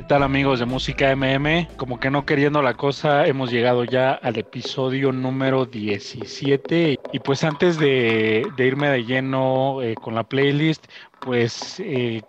tal amigos de Música MM? Como que no queriendo la cosa, hemos llegado ya al episodio número 17 y pues antes de irme de lleno con la playlist, pues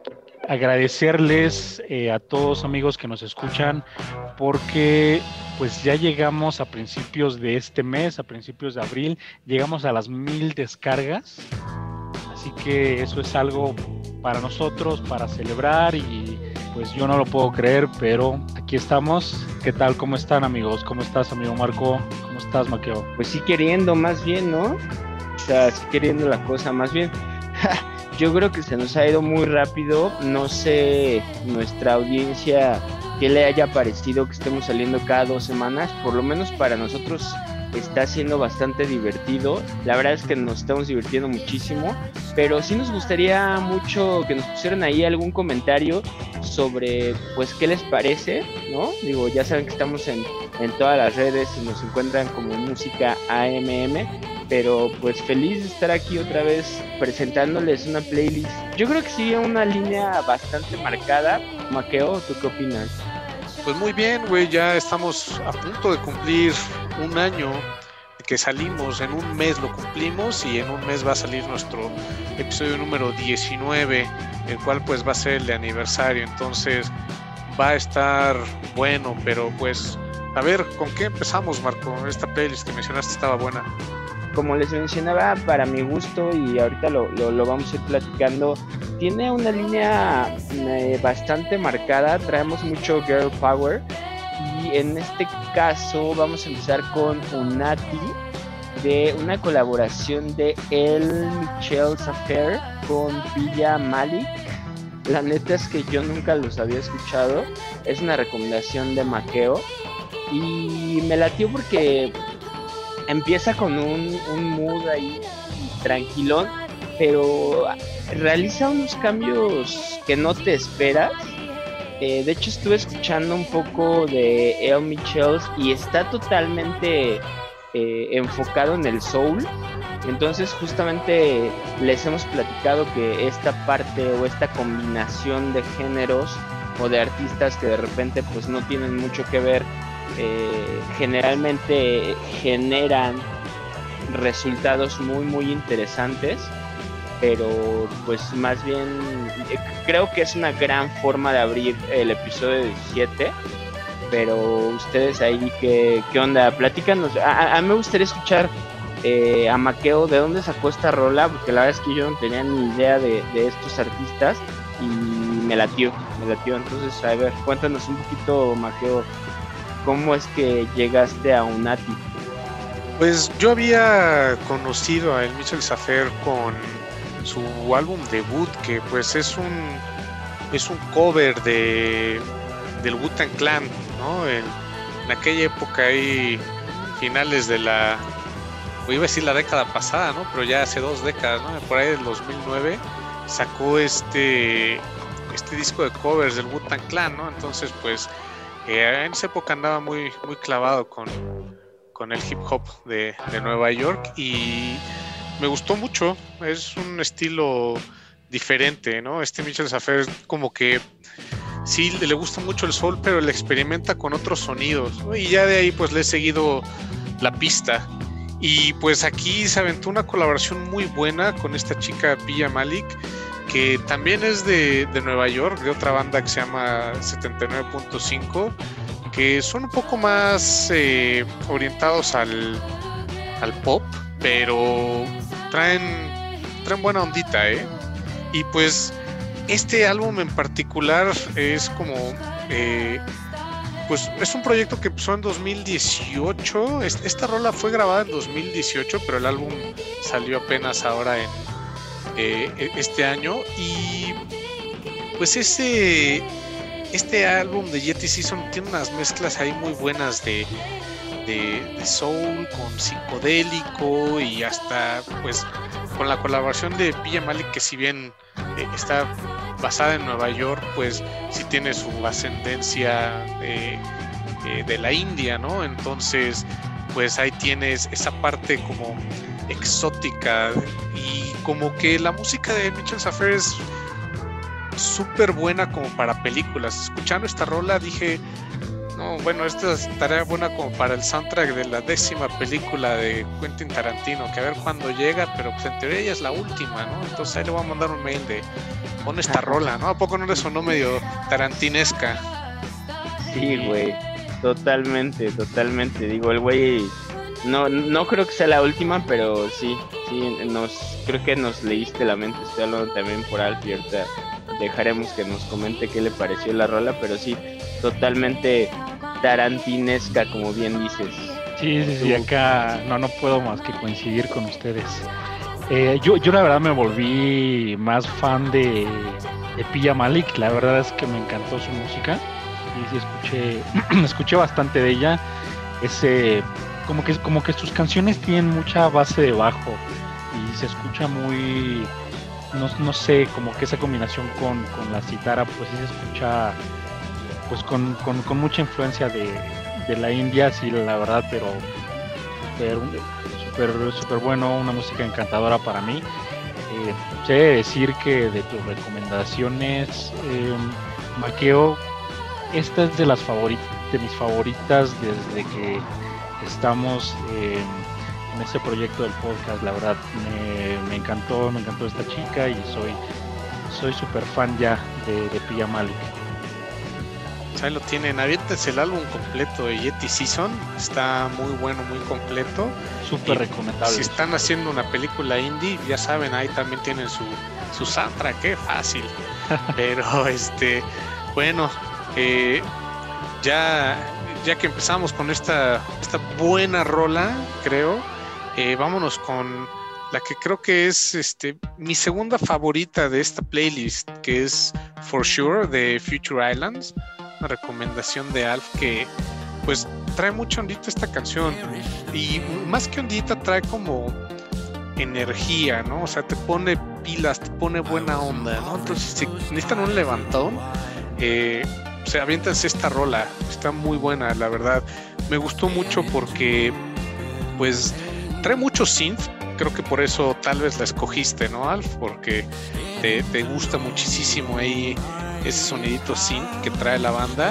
agradecerles a todos amigos que nos escuchan porque pues ya llegamos a principios de este mes, a principios de abril, llegamos a las 1000 descargas, así que eso es algo para nosotros, para celebrar y pues yo no lo puedo creer, pero aquí estamos. ¿Qué tal? ¿Cómo están amigos? ¿Cómo estás amigo Marco? ¿Cómo estás Maqueo? Pues sí queriendo más bien, ¿no? O sea, sí queriendo la cosa más bien. Yo creo que se nos ha ido muy rápido. No sé, nuestra audiencia, qué le haya parecido que estemos saliendo cada 2 semanas. Por lo menos para nosotros está siendo bastante divertido. La verdad es que nos estamos divirtiendo muchísimo. Pero sí nos gustaría mucho que nos pusieran ahí algún comentario sobre, pues, qué les parece, ¿no? Digo, ya saben que estamos en todas las redes y nos encuentran como Música AMM. Pero pues feliz de estar aquí otra vez presentándoles una playlist. Yo creo que sigue una línea bastante marcada. Maqueo, ¿tú qué opinas? Pues muy bien, güey, ya estamos a punto de cumplir un año de que salimos, en un mes lo cumplimos y en un mes va a salir nuestro episodio número 19, el cual pues va a ser el de aniversario, entonces va a estar bueno, pero pues a ver, ¿con qué empezamos, Marco? Esta playlist que mencionaste estaba buena. Como les mencionaba, para mi gusto, y ahorita lo vamos a ir platicando, tiene una línea bastante marcada, traemos mucho girl power, y en este caso vamos a empezar con Unati, de una colaboración de El Michelle's Affair con Villa Malik. La neta es que yo nunca los había escuchado, es una recomendación de Maqueo, y me latió porque empieza con un mood ahí tranquilón, pero realiza unos cambios que no te esperas. De hecho estuve escuchando un poco de El Michelle's y está totalmente enfocado en el soul. Entonces justamente les hemos platicado que esta parte o esta combinación de géneros o de artistas que de repente pues no tienen mucho que ver, generalmente generan resultados muy muy interesantes, pero pues más bien creo que es una gran forma de abrir el episodio 17. Pero ustedes ahí qué onda, platícanos. A mí me gustaría escuchar a Maqueo de dónde sacó esta rola, porque la verdad es que yo no tenía ni idea de estos artistas y me latió. Entonces a ver, cuéntanos un poquito, Maqueo, ¿cómo es que llegaste a Unati? Pues yo había conocido a El Michelle's Affair con su álbum debut, que pues es un cover del Wu-Tang Clan, ¿no? En aquella época ahí, finales de iba a decir la década pasada, ¿no? Pero ya hace 2 décadas, ¿no? Por ahí del 2009 sacó este disco de covers del Wu-Tang Clan, ¿no? Entonces pues en esa época andaba muy, muy clavado con el hip hop de Nueva York y me gustó mucho. Es un estilo diferente, ¿no? Michelle's Affair como que sí le gusta mucho el soul, pero le experimenta con otros sonidos, ¿no? Y ya de ahí pues le he seguido la pista. Y pues aquí se aventó una colaboración muy buena con esta chica Villa Malik, que también es de Nueva York, de otra banda que se llama 79.5, que son un poco más orientados al pop, pero traen buena ondita, ¿eh? Y pues este álbum en particular es como pues es un proyecto que empezó en 2018. Esta rola fue grabada en 2018, pero el álbum salió apenas ahora en este año. Y pues este álbum de Yeti Season tiene unas mezclas ahí muy buenas de soul con psicodélico y hasta pues con la colaboración de Villa Malik, que si bien está basada en Nueva York, pues sí tiene su ascendencia de la India, ¿no? Entonces pues ahí tienes esa parte como exótica y como que la música de Michelle's Affair es súper buena como para películas. Escuchando esta rola dije, no, bueno, esta estaría buena como para el soundtrack de la 10ª película de Quentin Tarantino, que a ver cuándo llega, pero pues en teoría ella es la última, ¿no? Entonces ahí le voy a mandar un mail de, pon esta rola, ¿no? ¿A poco no le sonó medio tarantinesca? Sí, güey, totalmente. Digo, el güey, no creo que sea la última, pero sí, creo que nos leíste la mente. Estoy hablando también por Alf y ahorita dejaremos que nos comente qué le pareció la rola, pero sí, totalmente tarantinesca, como bien dices. Sí, acá no puedo más que coincidir con ustedes. Yo la verdad me volví más fan de Pilla Malik. La verdad es que me encantó su música y sí escuché bastante de ella. Como que sus canciones tienen mucha base de bajo y se escucha muy, no sé, como que esa combinación con la cítara, pues sí se escucha pues con mucha influencia de la India, sí, la verdad, pero súper bueno, una música encantadora para mí. Sé decir que de tus recomendaciones, Maqueo, esta es de mis favoritas desde que estamos en ese proyecto del podcast. La verdad me encantó esta chica y soy súper fan ya de Pilla Malik. Ahí lo tienen, aviéntense el álbum completo de Yeti Season, está muy bueno, muy completo, súper recomendable. Si están haciendo una película indie, ya saben, ahí también tienen su soundtrack, qué fácil. Pero bueno, ya que empezamos con esta buena rola, creo, vámonos con la que creo que es mi segunda favorita de esta playlist, que es For Sure de Future Islands, una recomendación de Alf que pues trae mucha ondita esta canción, y más que ondita trae como energía, ¿no? O sea, te pone pilas, te pone buena onda, ¿no? Entonces si necesitan un levantón, o sea, aviéntense esta rola, está muy buena, la verdad. Me gustó mucho porque pues trae mucho synth, creo que por eso tal vez la escogiste, ¿no, Alf? Porque te gusta muchísimo ahí ese sonidito synth que trae la banda.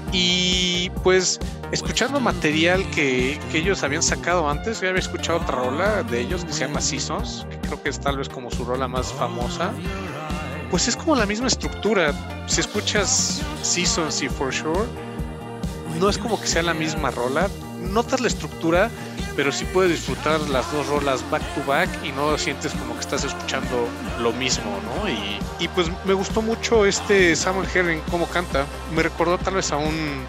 Y pues escuchando material que ellos habían sacado antes, yo había escuchado otra rola de ellos que se llama Seasons, que creo que es tal vez como su rola más famosa. Pues es como la misma estructura. Si escuchas Seasons y For Sure, no es como que sea la misma rola. Notas la estructura, pero sí puedes disfrutar las dos rolas back to back y no sientes como que estás escuchando lo mismo, ¿no? Y pues me gustó mucho Samuel Herring cómo canta. Me recordó tal vez a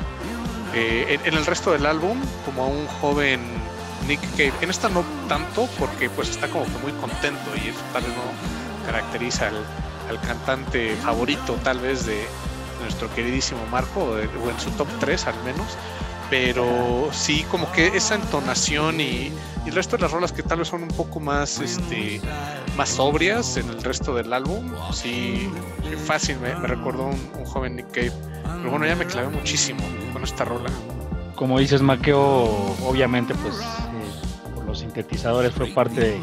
en el resto del álbum, como a un joven Nick Cave. En esta no tanto, porque pues está como que muy contento y eso tal vez no caracteriza al cantante favorito tal vez de nuestro queridísimo Marco, o en su top 3 al menos. Pero sí, como que esa entonación y el resto de las rolas que tal vez son un poco más más sobrias en el resto del álbum, sí, fácil me recordó un joven Nick Cave. Pero bueno, ya me clavé muchísimo con esta rola. Como dices, Maqueo, obviamente pues por los sintetizadores fue parte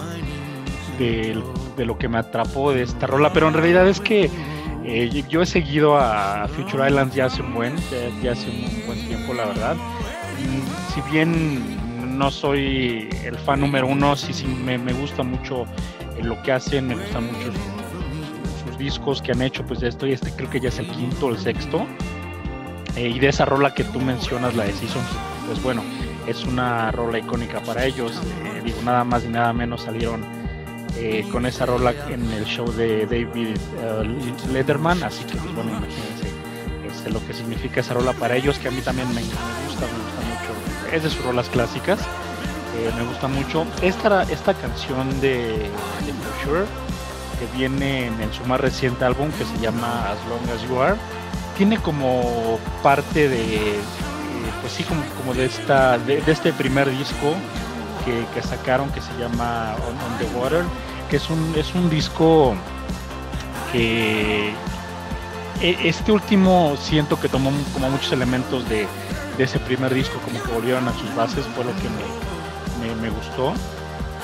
de lo que me atrapó de esta rola, pero en realidad es que yo he seguido a Future Islands ya hace un buen tiempo, la verdad. Y si bien no soy el fan número uno, sí me gusta mucho lo que hacen, me gustan mucho sus discos que han hecho, pues creo que ya es el quinto o el sexto. Y de esa rola que tú mencionas, la de Seasons, pues bueno, es una rola icónica para ellos. Digo, nada más y nada menos salieron con esa rola en el show de David Letterman, así que pues bueno, imagínense lo que significa esa rola para ellos, que a mí también me gusta mucho, es de sus rolas clásicas, me gusta mucho esta canción de For Sure, que viene en su más reciente álbum, que se llama As Long As You Are. Tiene como parte de pues sí, como de este primer disco que sacaron, que se llama On the Water, que es un disco que este último siento que tomó como muchos elementos de ese primer disco, como que volvieron a sus bases, fue lo que me gustó.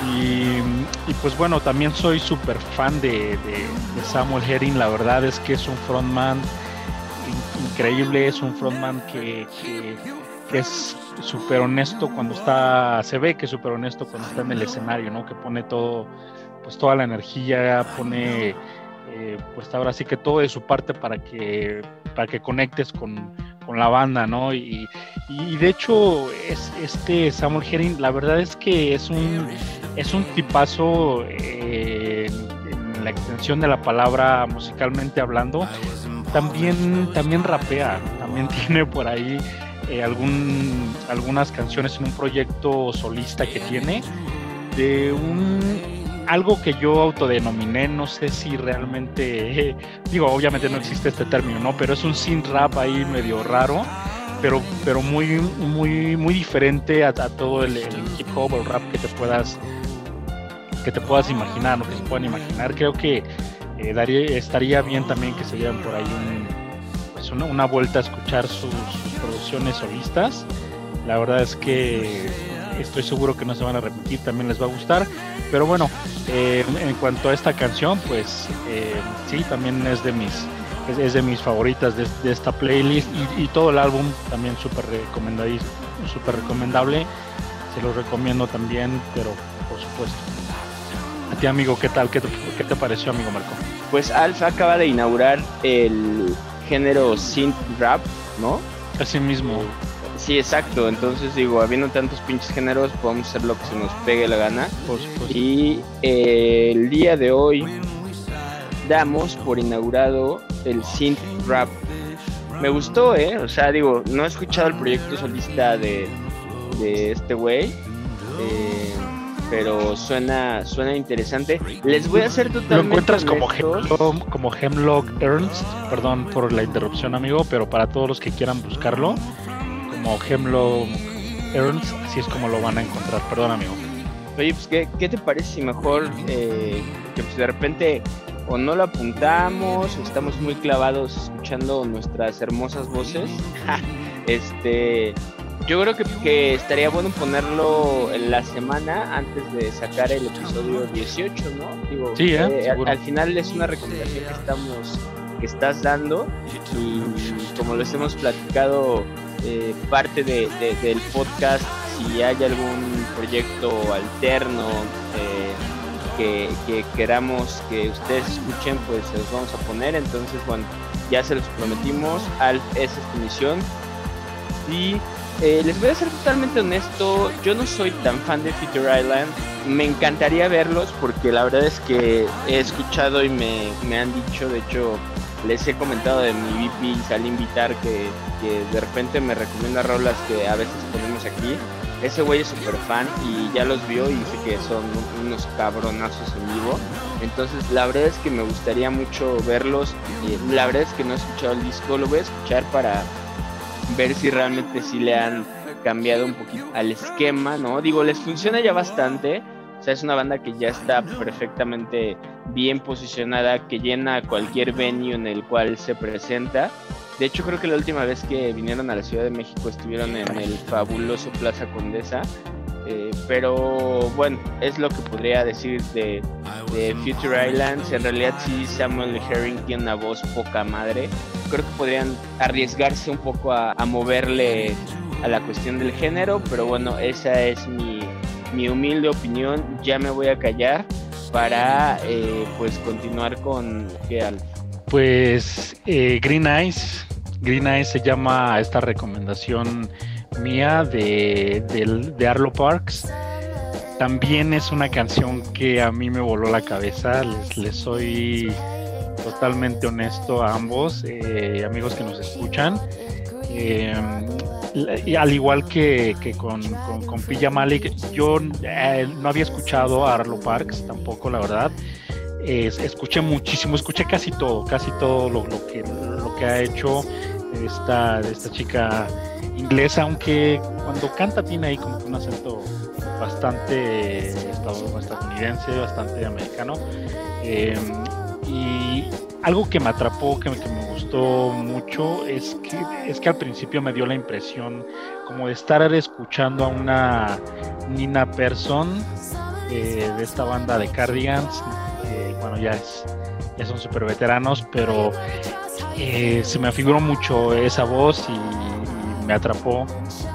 Y pues bueno, también soy súper fan de Samuel Herring. La verdad es que es un frontman increíble, es un frontman que es súper honesto cuando se ve que es súper honesto cuando está en el escenario, ¿no? Que pone todo, pues toda la energía, pone pues ahora sí que todo de su parte para que conectes con la banda, ¿no? Y de hecho este Samuel Herring, la verdad es que es un tipazo en la extensión de la palabra, musicalmente hablando. También rapea, también tiene por ahí algunas canciones en un proyecto solista que tiene de algo que yo autodenominé, no sé si realmente, digo, obviamente no existe este término, ¿no? Pero es un synth rap ahí medio raro, pero muy diferente a todo el hip hop o el rap que te puedas imaginar, ¿no? Que se puedan imaginar. Creo que estaría bien también que se dieran por ahí una vuelta a escuchar sus producciones solistas. La verdad es que estoy seguro que no se van a repetir, también les va a gustar. Pero bueno, en cuanto a esta canción, pues sí, también es de mis favoritas de esta playlist, y todo el álbum también súper recomendable. Se los recomiendo también, pero por supuesto. A ti, amigo, ¿qué tal? ¿Qué te pareció, amigo Marco? Pues Alf acaba de inaugurar el género synth rap, ¿no? Así mismo. Sí, exacto. Entonces digo, habiendo tantos pinches géneros, podemos hacer lo que se nos pegue la gana. Por supuesto. Y el día de hoy damos por inaugurado el synth rap. Me gustó, o sea, digo, no he escuchado el proyecto solista de este güey, pero suena interesante. Les voy a hacer totalmente. Lo encuentras como Hemlock Ernst, perdón por la interrupción, amigo, pero para todos los que quieran buscarlo, como Hemlock Ernst, así es como lo van a encontrar. Perdón, amigo. Oye, pues ¿qué te parece si mejor que pues de repente o no lo apuntamos o estamos muy clavados escuchando nuestras hermosas voces? Yo creo que estaría bueno ponerlo en la semana antes de sacar el episodio 18, ¿no? Digo, sí, al final es una recomendación que estás dando, y como les hemos platicado, parte del podcast, si hay algún proyecto alterno que queramos que ustedes escuchen, pues se los vamos a poner. Entonces, bueno, ya se los prometimos. Alf, esa es tu misión. Y les voy a ser totalmente honesto, yo no soy tan fan de Future Island. Me encantaría verlos porque la verdad es que he escuchado y me han dicho, de hecho les he comentado de mi VP Salim Vitar que de repente me recomienda rolas que a veces ponemos aquí. Ese güey es súper fan y ya los vio y dice que son unos cabronazos en vivo. Entonces la verdad es que me gustaría mucho verlos. La verdad es que no he escuchado el disco, lo voy a escuchar para ver si realmente sí le han cambiado un poquito al esquema, ¿no? Digo, les funciona ya bastante. O sea, es una banda que ya está perfectamente bien posicionada, que llena cualquier venue en el cual se presenta. De hecho, creo que la última vez que vinieron a la Ciudad de México estuvieron en el fabuloso Plaza Condesa. Pero bueno, es lo que podría decir de Future Islands. En realidad sí, Samuel Herring tiene una voz poca madre. Creo que podrían arriesgarse un poco a moverle a la cuestión del género, pero bueno, esa es mi humilde opinión. Ya me voy a callar para pues continuar con ¿qué, Alf? Pues Green Eyes se llama esta recomendación mía de Arlo Parks. También es una canción que a mí me voló la cabeza. Les soy totalmente honesto a ambos, amigos que nos escuchan. Y al igual que con Pilla Malik, yo no había escuchado a Arlo Parks tampoco, la verdad. Escuché muchísimo, escuché casi todo lo que ha hecho esta chica inglesa, aunque cuando canta tiene ahí como un acento bastante estadounidense, bastante americano. Y algo que me atrapó, que me gustó mucho, es que al principio me dio la impresión como de estar escuchando a una Nina Persson de esta banda de Cardigans. Bueno, ya son súper veteranos, pero se me afiguró mucho esa voz y me atrapó.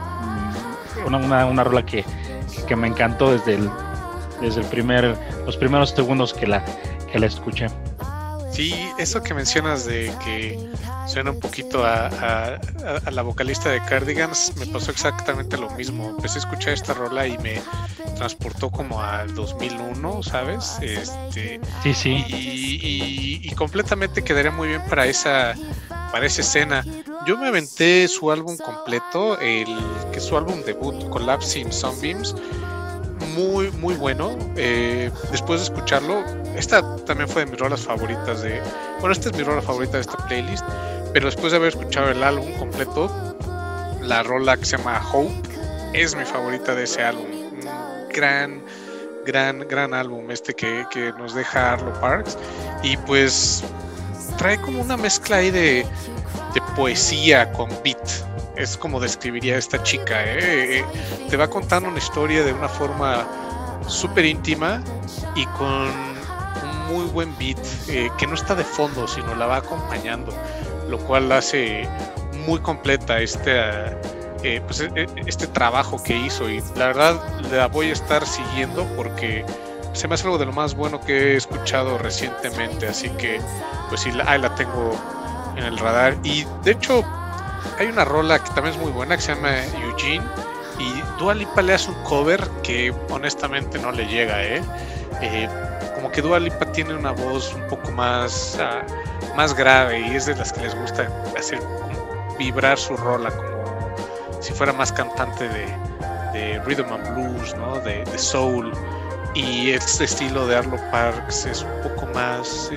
Una rola que me encantó desde los primeros segundos que la escuché. Sí, eso que mencionas de que suena un poquito a la vocalista de Cardigans, me pasó exactamente lo mismo. Empecé a escuchar esta rola y me transportó como al 2001, ¿sabes? Sí. Y completamente quedaría muy bien para esa escena. Yo me aventé su álbum completo, que es su álbum debut, Collapsing Sunbeams. Muy, muy bueno. Después de escucharlo, esta también fue de mis rolas favoritas esta es mi rola favorita de esta playlist, pero después de haber escuchado el álbum completo, la rola que se llama Hope es mi favorita de ese álbum. Un gran álbum que nos deja Arlo Parks, y pues trae como una mezcla ahí de poesía con beat. Es como describiría a esta chica, te va contando una historia de una forma súper íntima y con un muy buen beat, que no está de fondo, sino la va acompañando, lo cual hace muy completa este trabajo que hizo, y la verdad la voy a estar siguiendo porque se me hace algo de lo más bueno que he escuchado recientemente, así que pues sí, ahí la tengo en el radar. Y de hecho hay una rola que también es muy buena que se llama Eugene, y Dua Lipa le hace un cover que honestamente no le llega, como que Dua Lipa tiene una voz un poco más grave, y es de las que les gusta hacer vibrar su rola como si fuera más cantante de rhythm and blues, ¿no? de soul, y este estilo de Arlo Parks es un poco más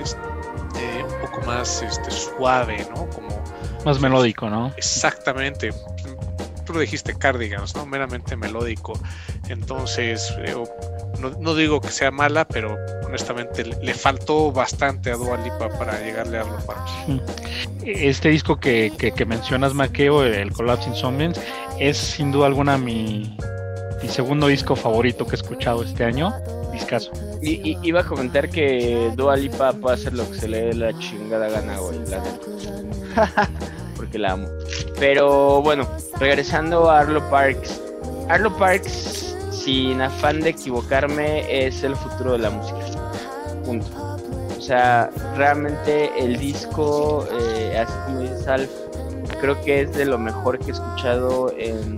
suave, ¿no? Como más melódico, ¿no? Exactamente. Tú lo dijiste, Cardigans, ¿no? Meramente melódico. Entonces, no digo que sea mala, pero honestamente le faltó bastante a Dua Lipa para llegarle a Arlo Parks. Este disco que mencionas, Maqueo, el Collapsing Sunbeams, es sin duda alguna mi segundo disco favorito que he escuchado este año. Discazo. Y iba a comentar que Dua Lipa puede hacer lo que se le dé la chingada gana, güey, la neta. Porque la amo. Pero bueno, regresando a Arlo Parks. Arlo Parks, sin afán de equivocarme, es el futuro de la música. Punto. O sea, realmente el disco, así como dice Alf, creo que es de lo mejor que he escuchado en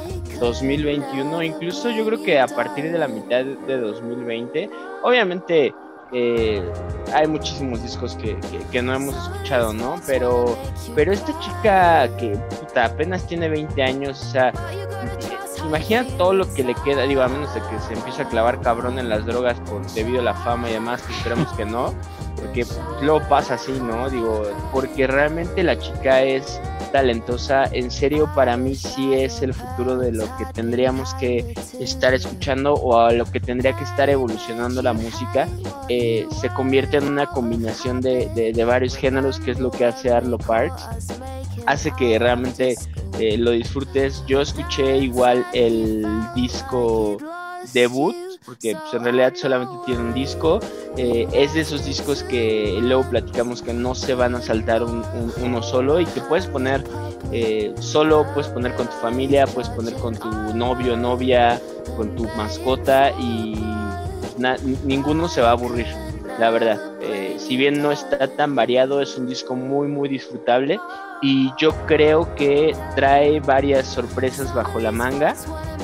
2021, incluso yo creo que a partir de la mitad de 2020. Obviamente hay muchísimos discos que no hemos escuchado, ¿no? Pero esta chica que apenas tiene 20 años, o sea, imagina todo lo que le queda, digo, a menos de que se empiece a clavar cabrón en las drogas debido a la fama y demás, que esperemos que no, porque luego pasa así, ¿no? Digo, porque realmente la chica es talentosa. En serio, para mí sí es el futuro de lo que tendríamos que estar escuchando, o a lo que tendría que estar evolucionando la música. Se convierte en una combinación de varios géneros, que es lo que hace Arlo Parks. Hace que realmente lo disfrutes. Yo escuché igual el disco debut, porque pues, en realidad solamente tiene un disco. Es de esos discos que luego platicamos que no se van a saltar uno solo, y que puedes poner solo, puedes poner con tu familia, puedes poner con tu novio, novia, con tu mascota, y ninguno se va a aburrir, la verdad. Si bien no está tan variado, es un disco muy muy disfrutable, y yo creo que trae varias sorpresas bajo la manga.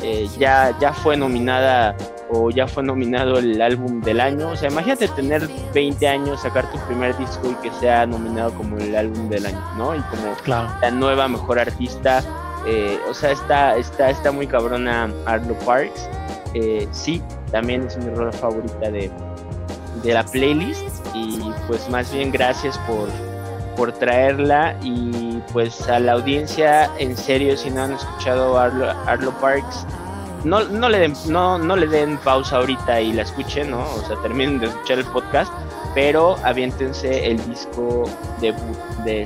Ya fue nominada, o ya fue nominado el álbum del año. O sea, imagínate tener 20 años, sacar tu primer disco y que sea nominado como el álbum del año, ¿no? Y como la nueva mejor artista. O sea, está muy cabrona Arlo Parks. Sí, también es mi rola favorita de la playlist, y pues más bien gracias por traerla. Y pues a la audiencia, en serio, si no han escuchado Arlo Parks, no le den pausa ahorita y la escuchen, ¿no? O sea, terminen de escuchar el podcast, pero aviéntense el disco debut de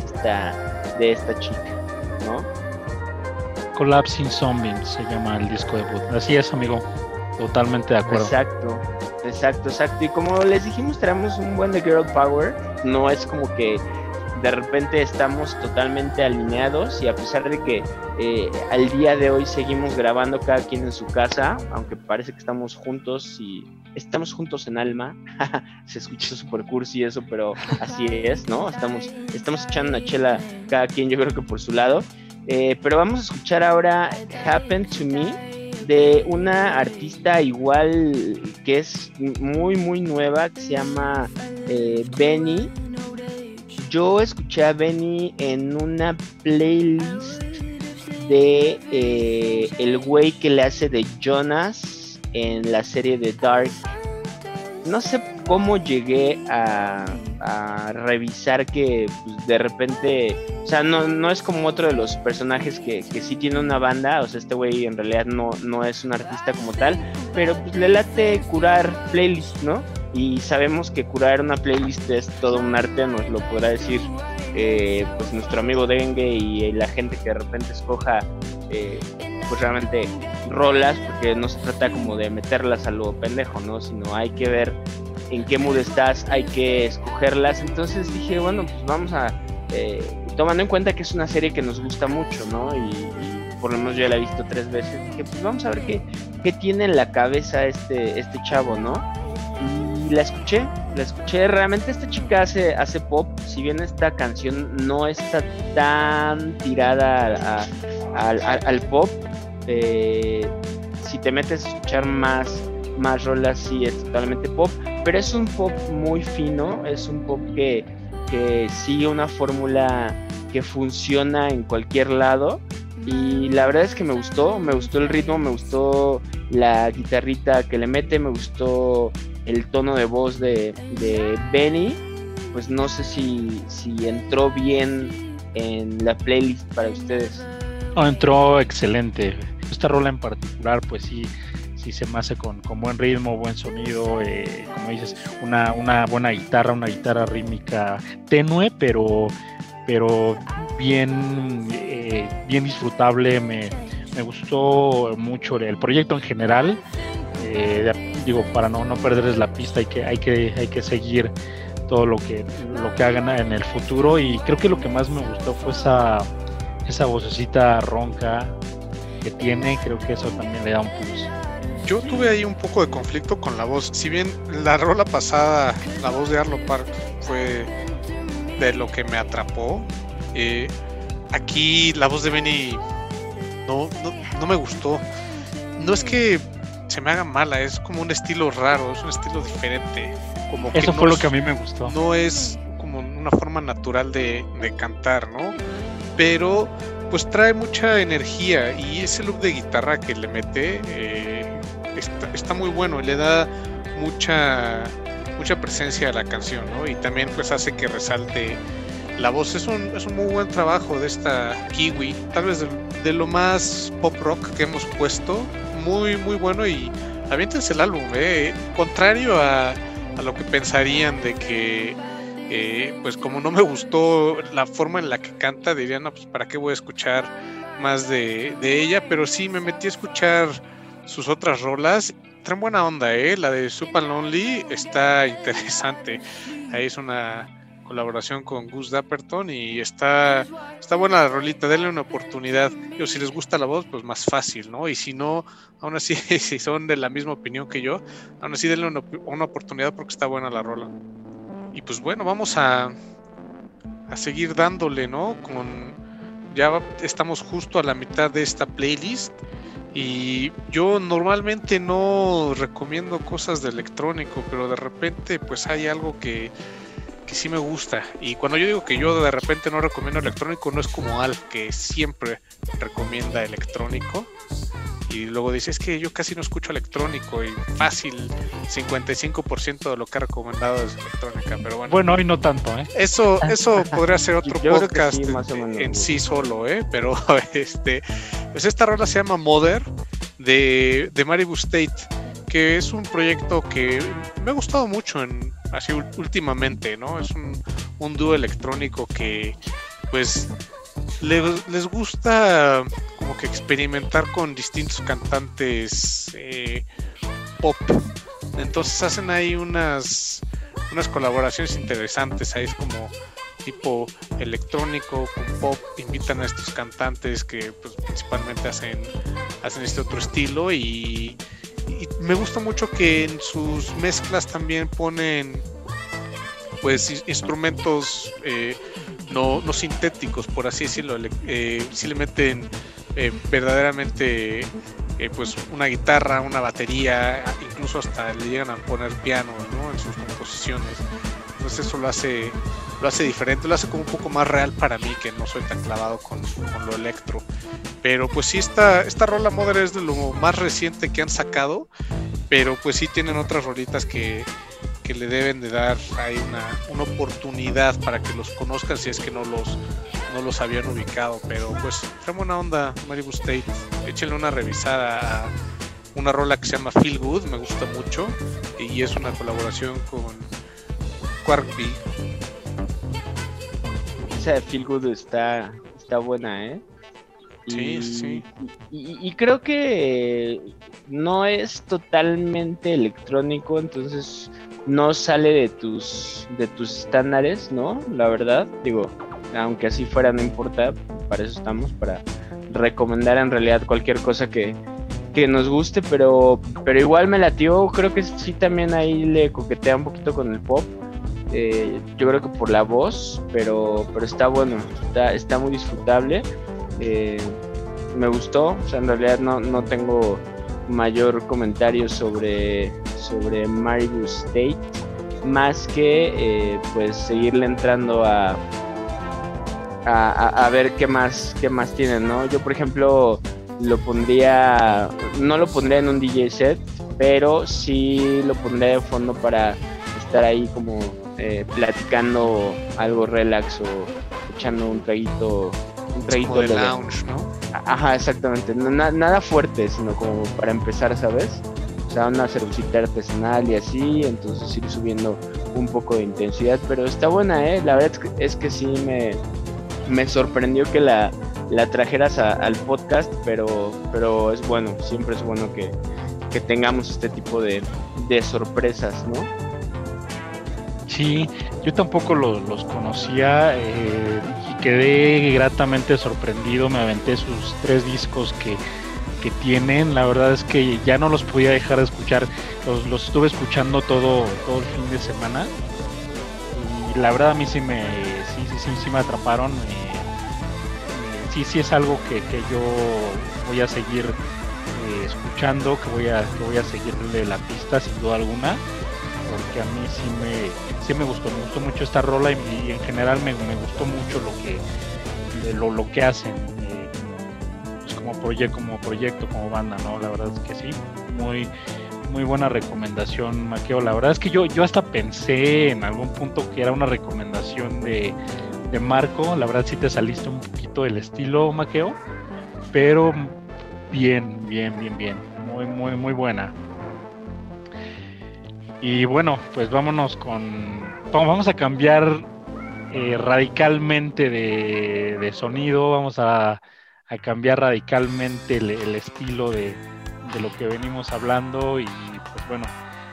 esta chica, ¿no? Collapsing Sunbeams se llama el disco debut. Así es, amigo. Totalmente de acuerdo. Exacto. Exacto. Y como les dijimos, traemos un buen de Girl Power. No es como que de repente estamos totalmente alineados, y a pesar de que al día de hoy seguimos grabando cada quien en su casa, aunque parece que estamos juntos y estamos juntos en alma, se escucha super cursi eso, pero así es, ¿no? Estamos echando una chela cada quien, yo creo que por su lado, pero vamos a escuchar ahora Happen to Me, de una artista igual que es muy muy nueva, que se llama Benny. Yo escuché a Benny en una playlist de el güey que le hace de Jonas en la serie de Dark. No sé cómo llegué a revisar que pues, de repente, o sea, no es como otro de los personajes que sí tiene una banda. O sea, este güey en realidad no es un artista como tal, pero pues le late curar playlist, ¿no? Y sabemos que curar una playlist es todo un arte, nos lo podrá decir pues nuestro amigo Dengue y la gente que de repente escoja pues realmente rolas, porque no se trata como de meterlas a lo pendejo, ¿no? Sino hay que ver en qué mood estás, hay que escogerlas. Entonces dije, bueno, pues vamos a tomando en cuenta que es una serie que nos gusta mucho, ¿no? Y por lo menos yo la he visto 3 veces, dije, pues vamos a ver qué tiene en la cabeza este chavo, ¿no? Y la escuché, realmente esta chica hace pop, si bien esta canción no está tan tirada al pop, si te metes a escuchar más rolas, sí es totalmente pop, pero es un pop muy fino, es un pop que sigue una fórmula que funciona en cualquier lado, y la verdad es que me gustó el ritmo, me gustó la guitarrita que le mete, me gustó el tono de voz de Benny. Pues no sé si entró bien en la playlist para ustedes. No, entró excelente. Esta rola en particular, pues sí se me hace con buen ritmo, buen sonido, como dices, una buena guitarra, una guitarra rítmica tenue, pero bien disfrutable. Me gustó mucho el proyecto en general. Digo, para no perderles la pista, hay que seguir todo lo que hagan en el futuro, y creo que lo que más me gustó fue esa vocecita ronca que tiene. Creo que eso también le da un plus. Yo tuve ahí un poco de conflicto con la voz. Si bien la rola pasada, la voz de Arlo Park fue de lo que me atrapó, aquí la voz de Benny no me gustó. No es que se me haga mala, es como un estilo raro, es un estilo diferente. Como que eso fue lo que a mí me gustó. No es como una forma natural de cantar, ¿no? Pero pues trae mucha energía, y ese loop de guitarra que le mete está muy bueno, y le da mucha presencia a la canción, ¿no? Y también pues hace que resalte la voz. Es un muy buen trabajo de esta Kiwi, tal vez de lo más pop rock que hemos puesto. Muy muy bueno, y aviéntense el álbum, contrario a lo que pensarían de que pues como no me gustó la forma en la que canta, dirían, no, pues para qué voy a escuchar más de ella, pero sí me metí a escuchar sus otras rolas. Traen buena onda, la de Super Lonely está interesante. Ahí es una colaboración con Gus Dapperton, y está buena la rolita. Denle una oportunidad. Yo, si les gusta la voz, pues más fácil, ¿no? Y si no, aún así, si son de la misma opinión que yo, aún así denle una oportunidad, porque está buena la rola. Y pues bueno, vamos a seguir dándole, ¿no? Ya estamos justo a la mitad de esta playlist, y yo normalmente no recomiendo cosas de electrónico, pero de repente pues hay algo que sí me gusta. Y cuando yo digo que yo de repente no recomiendo electrónico, no es como Alf, que siempre recomienda electrónico, y luego dice, es que yo casi no escucho electrónico, y fácil 55% de lo que ha recomendado es electrónica. Pero bueno, hoy no tanto, eso podría ser otro podcast sí, más o menos, en sí solo, pero pues esta rola se llama Mother, de Maribu State, que es un proyecto que me ha gustado mucho así últimamente, ¿no? Es un dúo electrónico que pues les gusta como que experimentar con distintos cantantes pop. Entonces hacen ahí unas colaboraciones interesantes. Ahí es como tipo electrónico con pop, invitan a estos cantantes que pues principalmente hacen este otro estilo, y me gusta mucho que en sus mezclas también ponen pues instrumentos no sintéticos, por así decirlo. Sí le meten verdaderamente pues una guitarra, una batería, incluso hasta le llegan a poner piano, ¿no?, en sus composiciones. Entonces eso lo hace diferente, lo hace como un poco más real para mí, que no soy tan clavado con lo electro. Pero pues sí, esta rola Mother es de lo más reciente que han sacado, pero pues sí tienen otras rolitas que le deben de dar ahí una oportunidad para que los conozcan si es que no los habían ubicado. Pero pues trae buena onda Malibu State, échenle una revisada a una rola que se llama Feel Good, me gusta mucho, y es una colaboración con Quark B. Esa de Feel Good está buena, ¿eh? Sí. Y creo que no es totalmente electrónico, entonces no sale de tus estándares, ¿no? La verdad, digo, aunque así fuera, no importa, para eso estamos, para recomendar en realidad cualquier cosa que nos guste, pero igual me latió. Creo que sí, también ahí le coquetea un poquito con el pop. Yo creo que por la voz, pero está bueno, está muy disfrutable. Me gustó, o sea, en realidad no tengo mayor comentario sobre Malibu State, más que pues seguirle entrando a ver qué más tienen, ¿no? Yo, por ejemplo, no lo pondría en un DJ set, pero sí lo pondría de fondo para estar ahí como platicando algo relax o echando un traguito como de lounge, ¿no? Ajá, exactamente. Nada fuerte, sino como para empezar, ¿sabes? O sea, una cervecita artesanal y así, entonces ir subiendo un poco de intensidad, pero está buena, ¿eh? La verdad es que sí me sorprendió que la trajeras al podcast, pero es bueno, siempre es bueno que tengamos este tipo de sorpresas, ¿no? Sí, yo tampoco los conocía y quedé gratamente sorprendido. Me aventé sus 3 discos que tienen. La verdad es que ya no los podía dejar de escuchar. Los estuve escuchando todo el fin de semana y la verdad a mí sí me atraparon. Sí es algo que yo voy a seguir escuchando, que voy a seguirle la pista sin duda alguna, porque a mí sí me gustó mucho esta rola y en general me gustó mucho lo que hacen pues como proyecto, como banda, ¿no? La verdad es que sí, muy buena recomendación, Maqueo. La verdad es que yo hasta pensé en algún punto que era una recomendación de Marco. La verdad sí te saliste un poquito del estilo, Maqueo, pero bien, muy buena. Y bueno, pues vamos a cambiar radicalmente de sonido, vamos a cambiar radicalmente el estilo de lo que venimos hablando. Y pues bueno,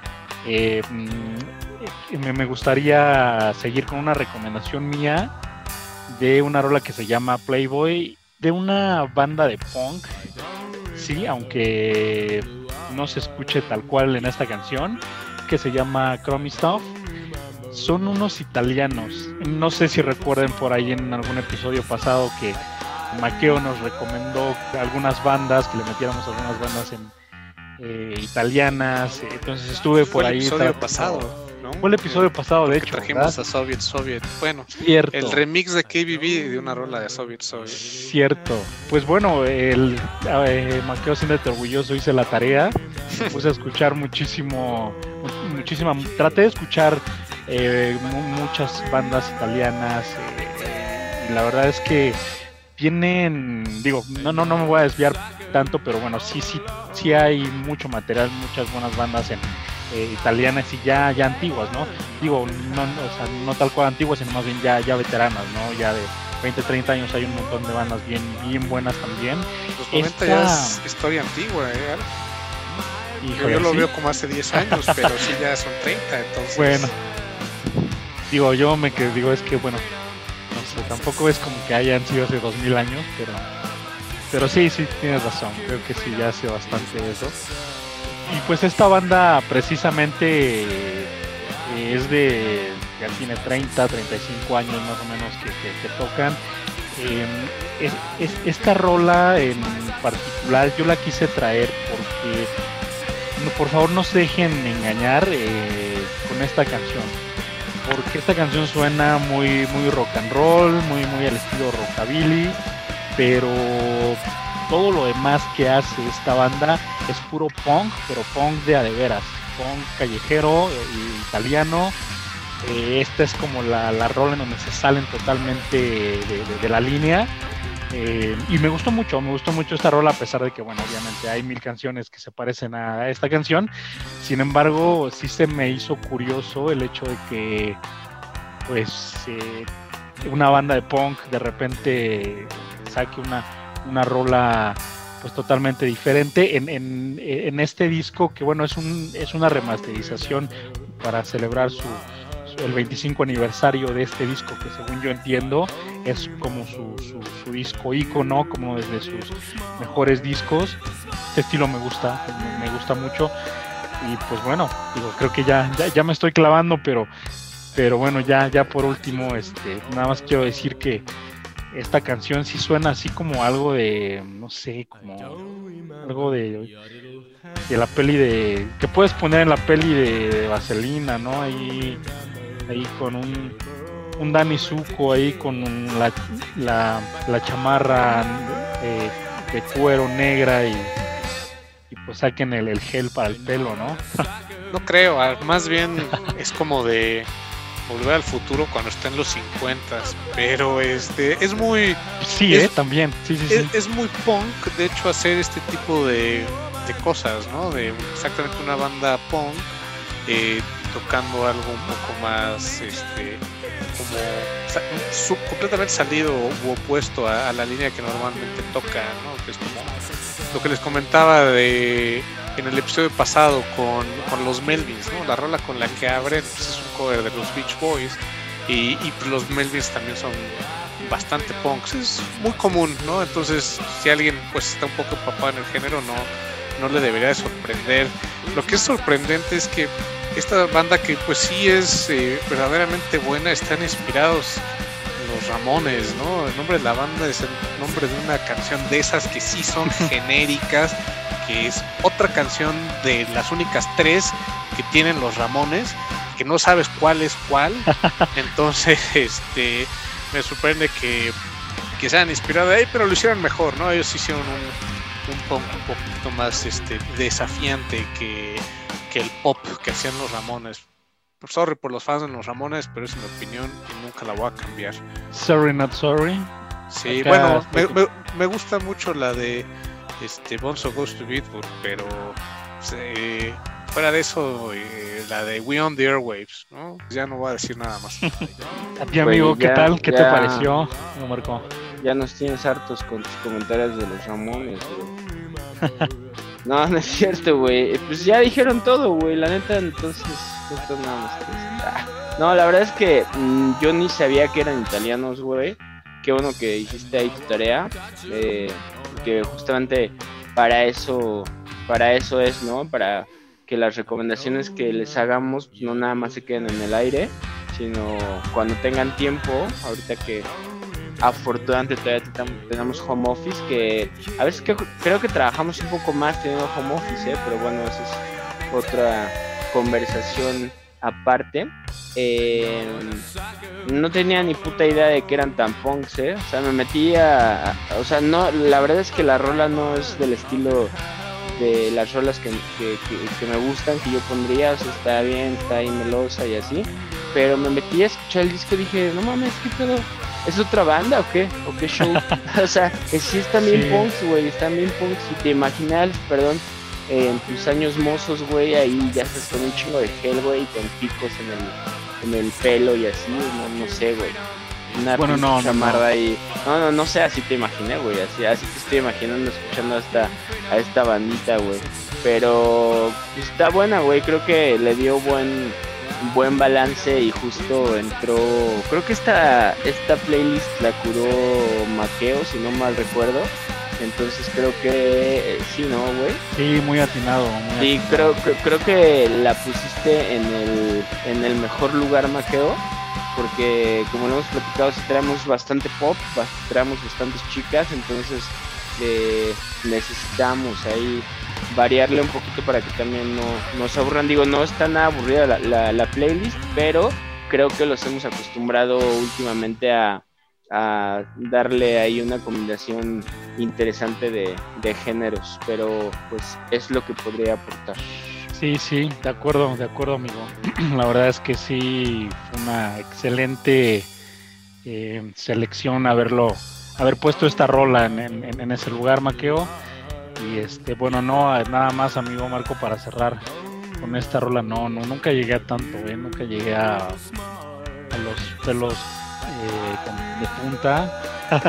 me gustaría seguir con una recomendación mía de una rola que se llama Playboy, de una banda de punk, sí, aunque no se escuche tal cual en esta canción, que se llama Crummy Stuff. Son unos italianos. No sé si recuerden por ahí en algún episodio pasado que Maqueo nos recomendó algunas bandas, que le metiéramos algunas bandas italianas. Entonces estuve por ahí. Fue el episodio pasado, ¿no? Fue el episodio pasado, de hecho. Trajimos ¿verdad? a Soviet. Bueno, cierto. El remix de KBB de una rola de Soviet. Cierto. Pues bueno, Maqueo, siéntete orgulloso, hice la tarea. Puse a escuchar traté de escuchar muchas bandas italianas y la verdad es que tienen, digo, no me voy a desviar tanto, pero bueno, sí hay mucho material, muchas buenas bandas italianas y ya antiguas, ¿no? Digo, no tal cual antiguas, sino más bien ya veteranas, ¿no? Ya de 20, 30 años hay un montón de bandas bien buenas también. Los 90 ya es historia antigua, Híjole, yo lo ¿sí? veo como hace 10 años, pero sí ya son 30, entonces... Bueno, digo, yo me que digo es que, bueno, no sé, tampoco es como que hayan sido hace 2000 años, pero sí, tienes razón, creo que sí, ya hace bastante eso. Y pues esta banda precisamente ya tiene 30, 35 años más o menos que tocan. Esta rola en particular yo la quise traer porque, no, por favor no se dejen engañar con esta canción, porque esta canción suena muy rock and roll, muy al estilo rockabilly, pero todo lo demás que hace esta banda es puro punk, pero punk de a de veras, punk callejero, italiano. Esta es como la rola en donde se salen totalmente de la línea. Y me gustó mucho esta rola, a pesar de que, bueno, obviamente hay 1000 canciones que se parecen a esta canción. Sin embargo, sí se me hizo curioso el hecho de que, pues, una banda de punk de repente saque una rola pues totalmente diferente en este disco, que bueno, es una remasterización para celebrar el 25 aniversario de este disco, que según yo entiendo es como su disco ícono, como desde sus mejores discos. Este estilo me gusta mucho. Y pues bueno, digo, creo que ya me estoy clavando, pero bueno, ya por último, nada más quiero decir que esta canción sí suena así como algo de, no sé, como algo de la peli que puedes poner en la peli de Vaselina, ¿no? Ahí con un Danny Zuko ahí con la chamarra de cuero negra y pues saquen el gel para el pelo, ¿no? No creo, más bien es como de Volver al Futuro cuando está en los 50, pero es muy... Sí, también, sí. Es muy punk, de hecho, hacer este tipo de cosas, ¿no? De exactamente una banda punk tocando algo un poco más, como completamente salido u opuesto a la línea que normalmente toca, ¿no? Que es como lo que les comentaba en el episodio pasado con los Melvins, ¿no? La rola con la que abren pues, es un cover de los Beach Boys y pues los Melvins también son bastante punks, es muy común, ¿no? Entonces, si alguien pues está un poco empapado en el género, no le debería de sorprender. Lo que es sorprendente es que esta banda, que pues sí es verdaderamente buena, están inspirados en los Ramones, ¿no? El nombre de la banda es el nombre de una canción de esas que sí son genéricas, que es otra canción de las únicas 3 que tienen los Ramones, que no sabes cuál es cuál. Entonces, me sorprende que se hayan inspirado de ahí, pero lo hicieron mejor, ¿no? Ellos hicieron un punk un poquito más desafiante que el pop que hacían los Ramones. Sorry por los fans de los Ramones, pero es mi opinión y nunca la voy a cambiar. Sorry not sorry. Sí, acá, bueno, me gusta mucho la de Bonzo Goes to Beatles, pero fuera de eso, la de We on the Airwaves, ¿no? Ya no voy a decir nada más. A ti, amigo, ¿qué tal? ¿Qué te pareció? ¿Cómo marcó? Ya nos tienes hartos con tus comentarios de los Ramones, güey. No es cierto, güey. Pues ya dijeron todo, güey. La neta, entonces, esto nada más. No, la verdad es que yo ni sabía que eran italianos, güey. Qué bueno que hiciste ahí tu tarea. Que justamente para eso es, ¿no? Para que las recomendaciones que les hagamos no nada más se queden en el aire, sino cuando tengan tiempo, ahorita que afortunadamente todavía tenemos home office, que a veces creo que trabajamos un poco más teniendo home office, pero bueno, esa es otra conversación aparte. No tenía ni puta idea de que eran tan punks, o sea, me metí o sea, no, la verdad es que la rola no es del estilo de las rolas que me gustan, que yo pondría, o sea, está bien, está ahí melosa y así, pero me metí a escuchar el disco y dije, no mames, ¿qué pedo? ¿Es otra banda o qué? ¿O qué show? O sea, que sí están bien punks, güey, están bien punks. Si te imaginas, perdón, en tus años mozos, güey, ahí ya estás con un chingo de gel, güey, con picos en el pelo y así, no sé, güey. una Bueno, no, chamarra y no sé, así te imaginé, güey, así te estoy imaginando escuchando a esta bandita, güey. Pero pues, está buena, güey, creo que le dio buen balance y justo entró, creo que esta playlist la curó Maqueo, si no mal recuerdo. Entonces creo que sí, ¿no, güey? Sí, muy atinado. Sí, creo que la pusiste en el mejor lugar, Maqueo, porque como lo hemos platicado, si traemos bastante pop, traemos bastantes chicas, entonces necesitamos ahí variarle un poquito para que también no se aburran. Digo, no está nada aburrida la playlist, pero creo que los hemos acostumbrado últimamente a darle ahí una combinación interesante de géneros, pero pues es lo que podría aportar. Sí, de acuerdo, amigo. La verdad es que sí, fue una excelente selección haber puesto esta rola en ese lugar, Maqueo. Y bueno, no, nada más, amigo Marco, para cerrar con esta rola, nunca llegué a tanto, nunca llegué a los pelos de punta.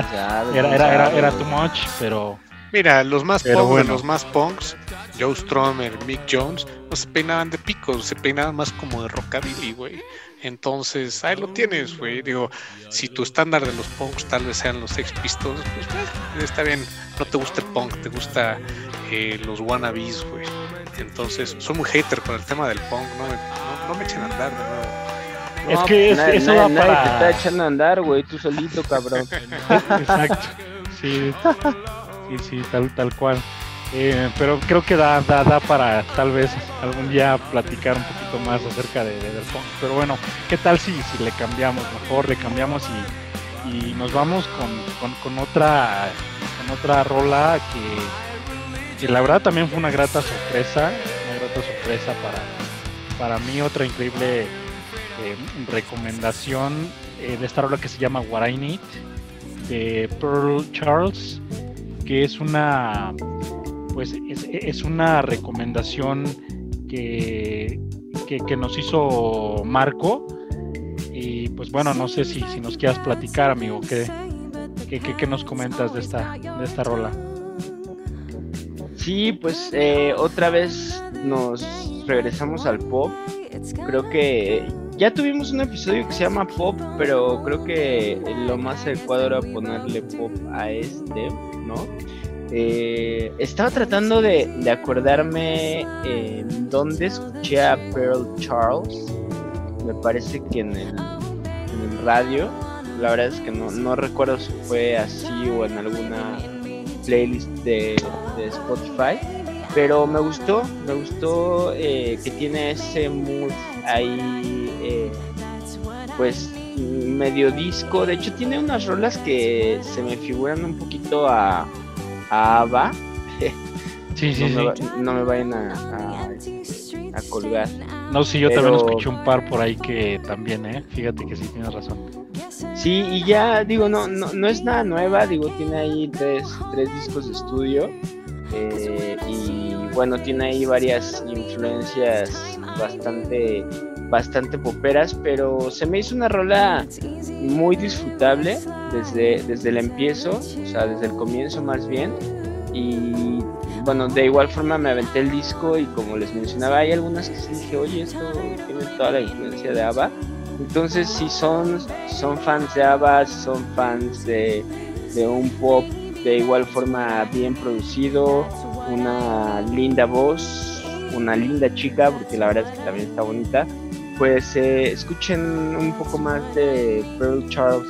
era too much, pero mira, los más pero punk, bueno. los más punks, Joe Strummer, Mick Jones, no se peinaban de picos, se peinaban más como de rockabilly, güey. Entonces, ahí lo tienes, güey. Digo, si tu estándar de los punks tal vez sean los Sex Pistols, pues está bien. No te gusta el punk, te gusta los wannabes, güey. Entonces, soy muy hater con el tema del punk, no me echen a andar de nuevo. Es que eso va nadie para... te está echando a andar, güey, tú solito, cabrón. Exacto, sí, tal cual. Pero creo que da para tal vez algún día platicar un poquito más acerca del punk. Pero bueno, ¿qué tal si le cambiamos? Mejor le cambiamos y nos vamos con otra rola que la verdad también fue una grata sorpresa para mí, otra increíble recomendación de esta rola que se llama What I Need, de Pearl Charles, que es una recomendación que nos hizo Marco. Y pues bueno, no sé si nos quieras platicar, amigo, ¿qué nos comentas de esta rola? Sí, pues otra vez nos regresamos al pop. Creo que ya tuvimos un episodio que se llama Pop, pero creo que lo más adecuado era ponerle pop a ¿no? Estaba tratando de acordarme dónde escuché a Pearl Charles. Me parece que en el radio. La verdad es que no recuerdo si fue así o en alguna playlist de Spotify. Pero me gustó que tiene ese mood ahí, pues medio disco. De hecho tiene unas rolas que se me figuran un poquito a ABBA. Sí. No me vayan a colgar. No, sí, yo también escuché un par por ahí que también, fíjate que sí tienes razón. Sí, y ya digo, no es nada nueva, digo, tiene ahí tres discos de estudio. Y bueno, tiene ahí varias influencias bastante poperas, pero se me hizo una rola muy disfrutable desde el empiezo, o sea, desde el comienzo más bien. Y bueno, de igual forma me aventé el disco y como les mencionaba, hay algunas que sí dije, oye, esto tiene toda la influencia de ABBA. Entonces, si son fans de ABBA, si son fans de un pop de igual forma bien producido, una linda voz, una linda chica, porque la verdad es que también está bonita, pues escuchen un poco más de Pearl Charles.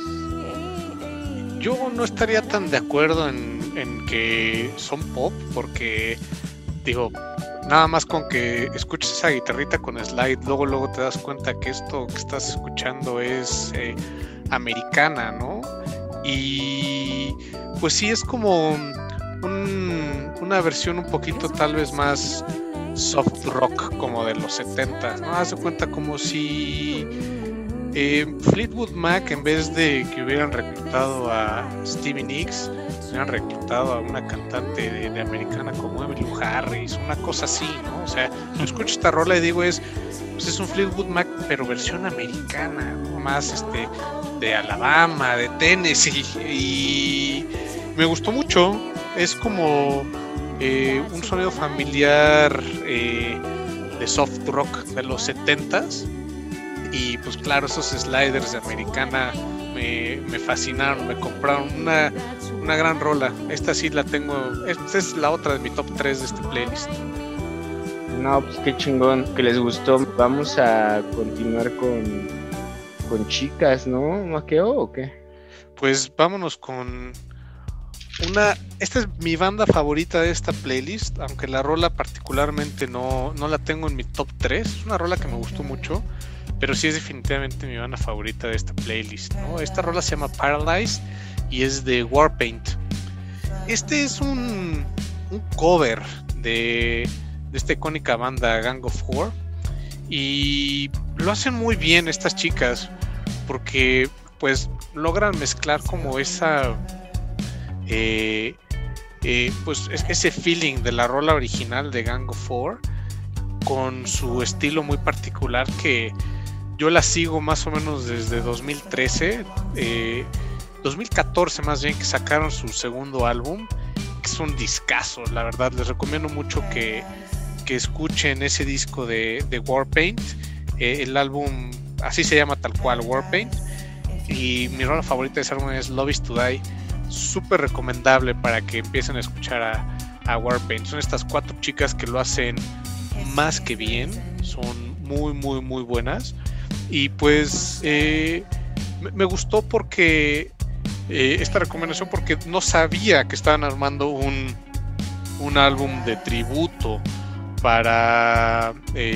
Yo no estaría tan de acuerdo en que son pop, porque digo, nada más con que escuches esa guitarrita con slide, luego te das cuenta que esto que estás escuchando es americana, ¿no? Y pues sí, es como una versión un poquito tal vez más soft rock, como de los 70s, ¿no? Haz de cuenta como si Fleetwood Mac, en vez de que hubieran reclutado a Stevie Nicks, hubieran reclutado a una cantante de americana como Emmylou Harris, una cosa así, ¿no? O sea, yo escucho esta rola y digo, pues es un Fleetwood Mac pero versión americana, ¿no? Más de Alabama, de Tennessee, y me gustó mucho. Es como un sonido familiar de soft rock de los 70s, y pues claro, esos sliders de Americana me fascinaron, me compraron una gran rola. Esta sí la tengo, esta es la otra de mi top 3 de este playlist. No, pues qué chingón que les gustó. Vamos a continuar con chicas, ¿no, Maqueo, o qué? Pues vámonos con esta es mi banda favorita de esta playlist, aunque la rola particularmente no la tengo en mi top 3. Es una rola que me gustó mucho, pero sí es definitivamente mi banda favorita de esta playlist, ¿no? Esta rola se llama Paralyze y es de Warpaint. Este es un cover de esta icónica banda Gang of Four, y lo hacen muy bien estas chicas, porque pues logran mezclar como esa pues ese feeling de la rola original de Gang of Four con su estilo muy particular, que yo la sigo más o menos desde 2013, 2014 más bien, que sacaron su segundo álbum, que es un discazo, la verdad. Les recomiendo mucho que escuchen ese disco de Warpaint. El álbum así se llama tal cual, Warpaint, y mi rola favorita de ese álbum es Love Is To Die. Súper recomendable para que empiecen a escuchar a Warpaint. Son estas 4 chicas que lo hacen más que bien, son muy muy muy buenas, y pues me gustó porque esta recomendación, porque no sabía que estaban armando un álbum de tributo para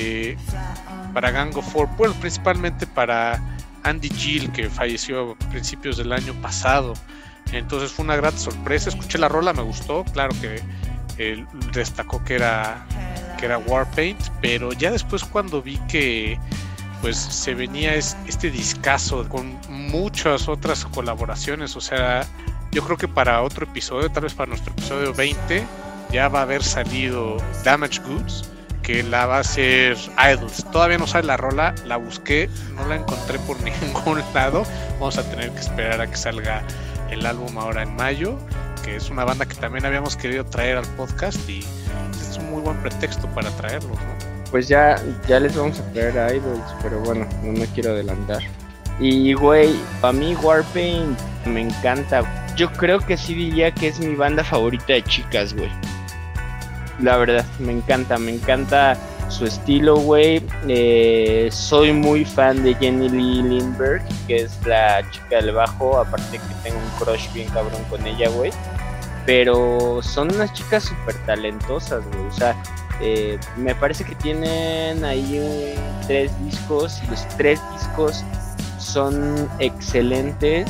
Gang of Four, bueno, principalmente para Andy Gill, que falleció a principios del año pasado. Entonces fue una gran sorpresa. Escuché la rola, me gustó, claro que destacó que era Warpaint, pero ya después, cuando vi que pues se venía este discazo con muchas otras colaboraciones, o sea, yo creo que para otro episodio, tal vez para nuestro episodio 20, ya va a haber salido Damaged Goods, que la va a hacer Idols. Todavía no sale la rola, la busqué, no la encontré por ningún lado. Vamos a tener que esperar a que salga el álbum ahora en mayo, que es una banda que también habíamos querido traer al podcast, y es un muy buen pretexto para traerlos, ¿no? Pues ya les vamos a traer a Idols, pero bueno, no me quiero adelantar. Y güey, a mí Warpaint me encanta. Yo creo que sí diría que es mi banda favorita de chicas, güey. La verdad, me encanta su estilo, güey. Soy muy fan de Jenny Lee Lindbergh, que es la chica del bajo. Aparte que tengo un crush bien cabrón con ella, güey. Pero son unas chicas súper talentosas, güey. O sea, me parece que tienen ahí 3 discos, y los 3 discos son excelentes.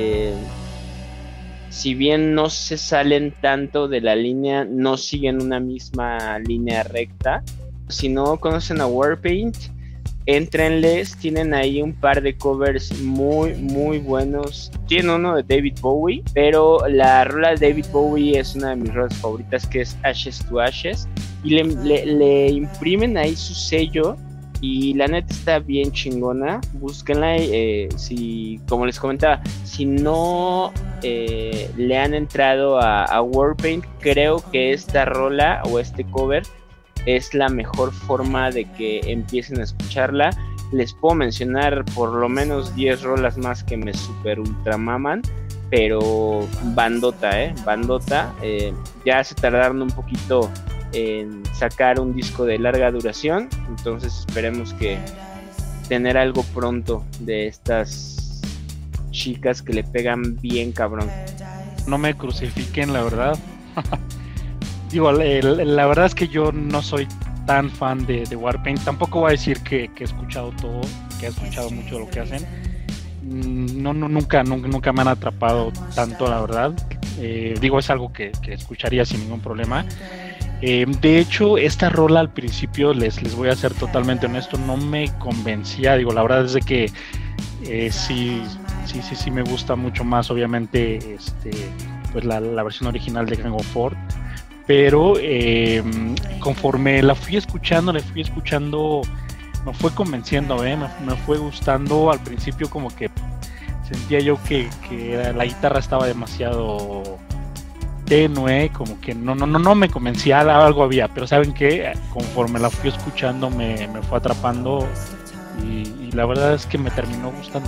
Si bien no se salen tanto de la línea, no siguen una misma línea recta. Si no conocen a Warpaint, éntrenles, tienen ahí un par de covers muy muy buenos. Tienen uno de David Bowie, pero la rola de David Bowie es una de mis rolas favoritas, que es Ashes to Ashes, y le imprimen ahí su sello, y la neta está bien chingona. Búsquenla. Si, como les comentaba, si no le han entrado a Warpaint, creo que esta rola o este cover es la mejor forma de que empiecen a escucharla. Les puedo mencionar por lo menos 10 rolas más que me super ultra maman, pero bandota, bandota. Ya se tardaron un poquito en sacar un disco de larga duración, entonces esperemos que tener algo pronto de estas chicas que le pegan bien cabrón. No me crucifiquen, la verdad. Digo, la verdad es que yo no soy tan fan de Warpaint. Tampoco voy a decir que he escuchado todo, que he escuchado mucho de lo que hacen. Nunca me han atrapado tanto, la verdad. Digo, es algo que escucharía sin ningún problema. De hecho, esta rola al principio, les voy a ser totalmente honesto, no me convencía. Digo, la verdad es de que sí me gusta mucho más, obviamente, pues la versión original de Gang of Four. Pero conforme la fui escuchando, me fue convenciendo, me fue gustando. Al principio como que sentía yo que la guitarra estaba demasiado tenue, como que no me convencía, algo había, pero ¿saben qué? Conforme la fui escuchando me fue atrapando y la verdad es que me terminó gustando.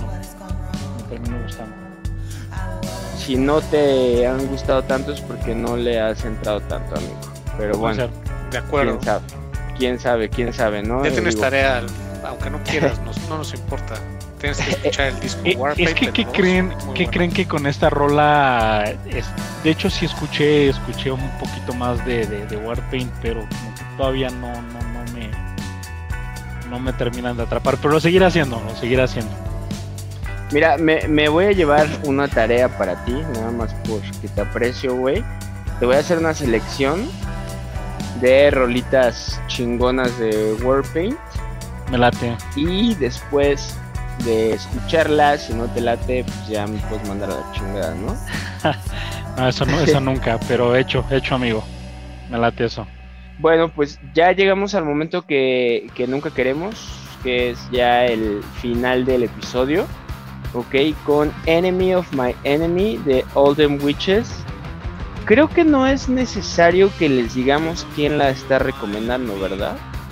Si no te han gustado tanto es porque no le has entrado tanto, amigo. Pero bueno, de acuerdo. Quién sabe, ¿no? Ya tienes tarea, aunque no quieras, no nos importa. Tienes que escuchar el disco Warpaint. Es que, ¿qué creen que con esta rola? De hecho, sí escuché un poquito más de Warpaint, pero como que todavía no me terminan de atrapar. Pero lo seguiré haciendo. Mira, me voy a llevar una tarea para ti, nada más porque te aprecio, güey. Te voy a hacer una selección de rolitas chingonas de Warpaint. Me late. Y después de escucharlas, si no te late, pues ya me puedes mandar a la chingada, ¿no? No, eso nunca, pero hecho, amigo. Me late eso. Bueno, pues ya llegamos al momento que nunca queremos, que es ya el final del episodio. Ok, con Enemy of My Enemy de All Them Witches. Creo que no es necesario que les digamos quién la está recomendando, ¿verdad?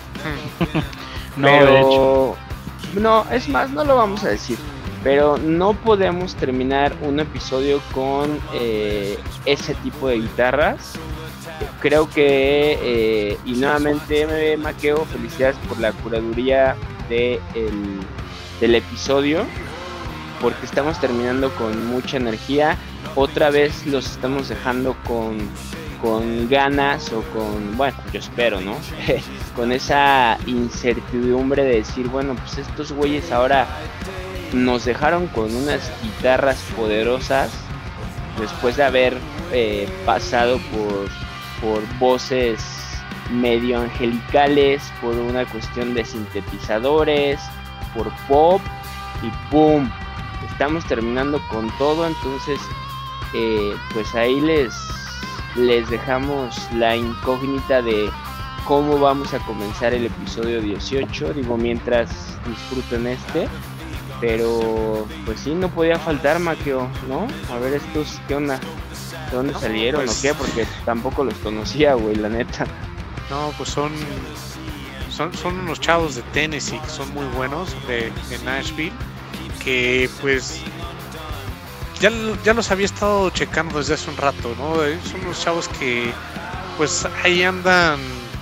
No, pero, de hecho. No, es más, no lo vamos a decir. Pero no podemos terminar un episodio con ese tipo de guitarras. Creo que, y nuevamente, Maqueo, felicidades por la curaduría del episodio. Porque estamos terminando con mucha energía. Otra vez los estamos dejando con ganas o con, bueno, yo espero, ¿no? Con esa incertidumbre de decir, bueno, pues estos güeyes ahora nos dejaron con unas guitarras poderosas después de haber pasado por voces medio angelicales, por una cuestión de sintetizadores, por pop y ¡pum! Estamos terminando con todo, entonces pues ahí les dejamos la incógnita de cómo vamos a comenzar el episodio 18, digo, mientras disfruten pero pues sí, no podía faltar, Maqueo, ¿no? A ver estos, ¿qué onda? ¿De dónde salieron pues, o qué? Porque tampoco los conocía, güey, la neta. No, pues son unos chavos de Tennessee que son muy buenos, de Nashville, que pues ya los había estado checando desde hace un rato, ¿no? Son unos chavos que pues ahí andan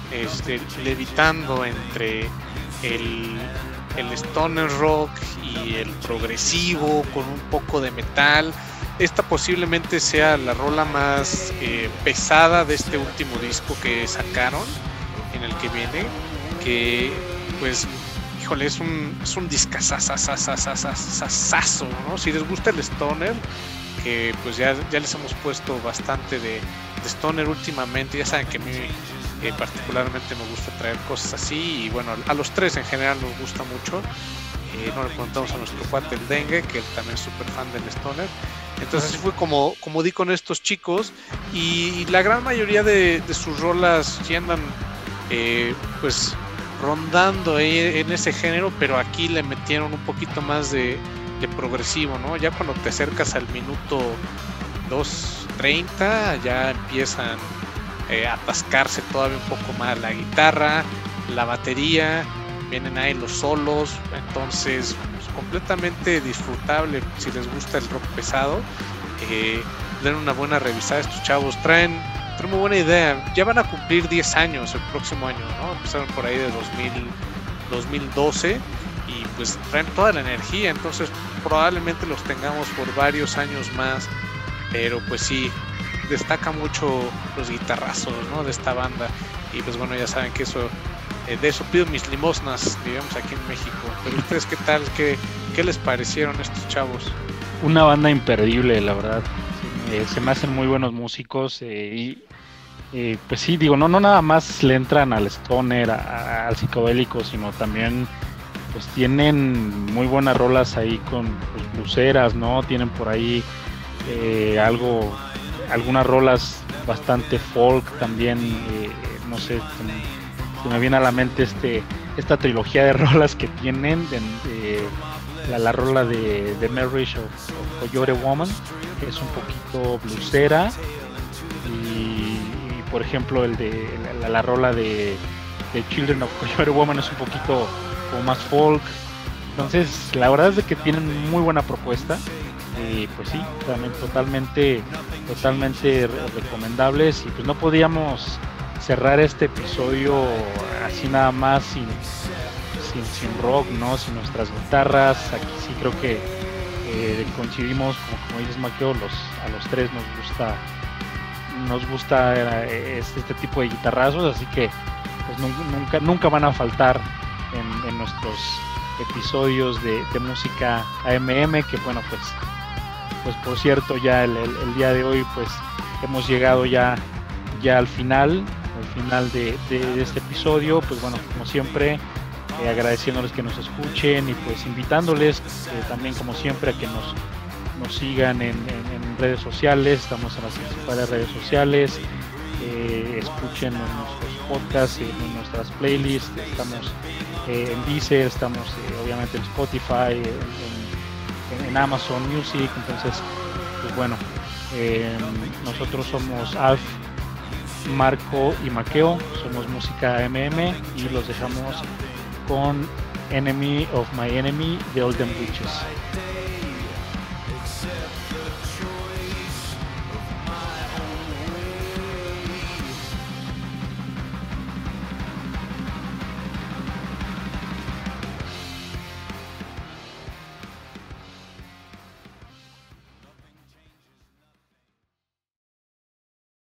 levitando entre el stoner rock y el progresivo con un poco de metal. Esta posiblemente sea la rola más pesada de este último disco que sacaron, en el que viene, que pues híjole, es un discazazazazazazazazo, ¿no? Si les gusta el stoner, que pues ya les hemos puesto bastante de stoner últimamente, ya saben que a mí particularmente me gusta traer cosas así, y bueno, a los tres en general nos gusta mucho. No le preguntamos a nuestro cuate el Dengue, que él también es súper fan del stoner. Entonces así fue como di con estos chicos, y la gran mayoría de sus rolas sí andan pues rondando en ese género, pero aquí le metieron un poquito más de progresivo, ¿no? Ya cuando te acercas al minuto 2:30 ya empiezan a atascarse todavía un poco más la guitarra, la batería, vienen ahí los solos, entonces pues, completamente disfrutable si les gusta el rock pesado. Den una buena revisada, estos chavos traen muy buena idea, ya van a cumplir 10 años el próximo año, ¿no? Empezaron por ahí de 2012 y pues traen toda la energía, entonces probablemente los tengamos por varios años más, pero pues sí, destaca mucho los guitarrazos, ¿no? De esta banda, y pues bueno, ya saben que eso, de eso pido mis limosnas, digamos, aquí en México. Pero ustedes, ¿qué tal? ¿Qué les parecieron estos chavos? Una banda imperdible, la verdad. Se me hacen muy buenos músicos y pues sí, digo, no nada más le entran al stoner, al psicodélico, sino también pues tienen muy buenas rolas ahí con pues, bluseras, ¿no? Tienen por ahí algunas rolas bastante folk también, no sé, se me viene a la mente esta trilogía de rolas que tienen la rola de Marriage of Coyote Woman, que es un poquito bluesera, y por ejemplo la rola de Children of Coyote Woman es un poquito como más folk. Entonces la verdad es de que tienen muy buena propuesta, y pues sí, también totalmente recomendables. Y pues no podíamos cerrar este episodio así nada más sin rock, ¿no? Sin nuestras guitarras. Aquí sí creo que coincidimos, como dices, Maqueo, a los tres nos gusta este tipo de guitarrazos, así que pues nunca van a faltar en nuestros episodios de música AMM, que bueno, pues por cierto, ya el día de hoy pues hemos llegado ya al final de este episodio. Pues bueno, como siempre, agradeciéndoles que nos escuchen, y pues invitándoles también como siempre a que nos sigan en redes sociales. Estamos en las principales redes sociales, escuchen nuestros podcasts, en nuestras playlists. Estamos en Deezer, estamos obviamente en Spotify, en Amazon Music. Entonces pues bueno, nosotros somos Alf, Marco y Maqueo, somos Música AMM, y los dejamos con Enemy of My Enemy de Olden Witches.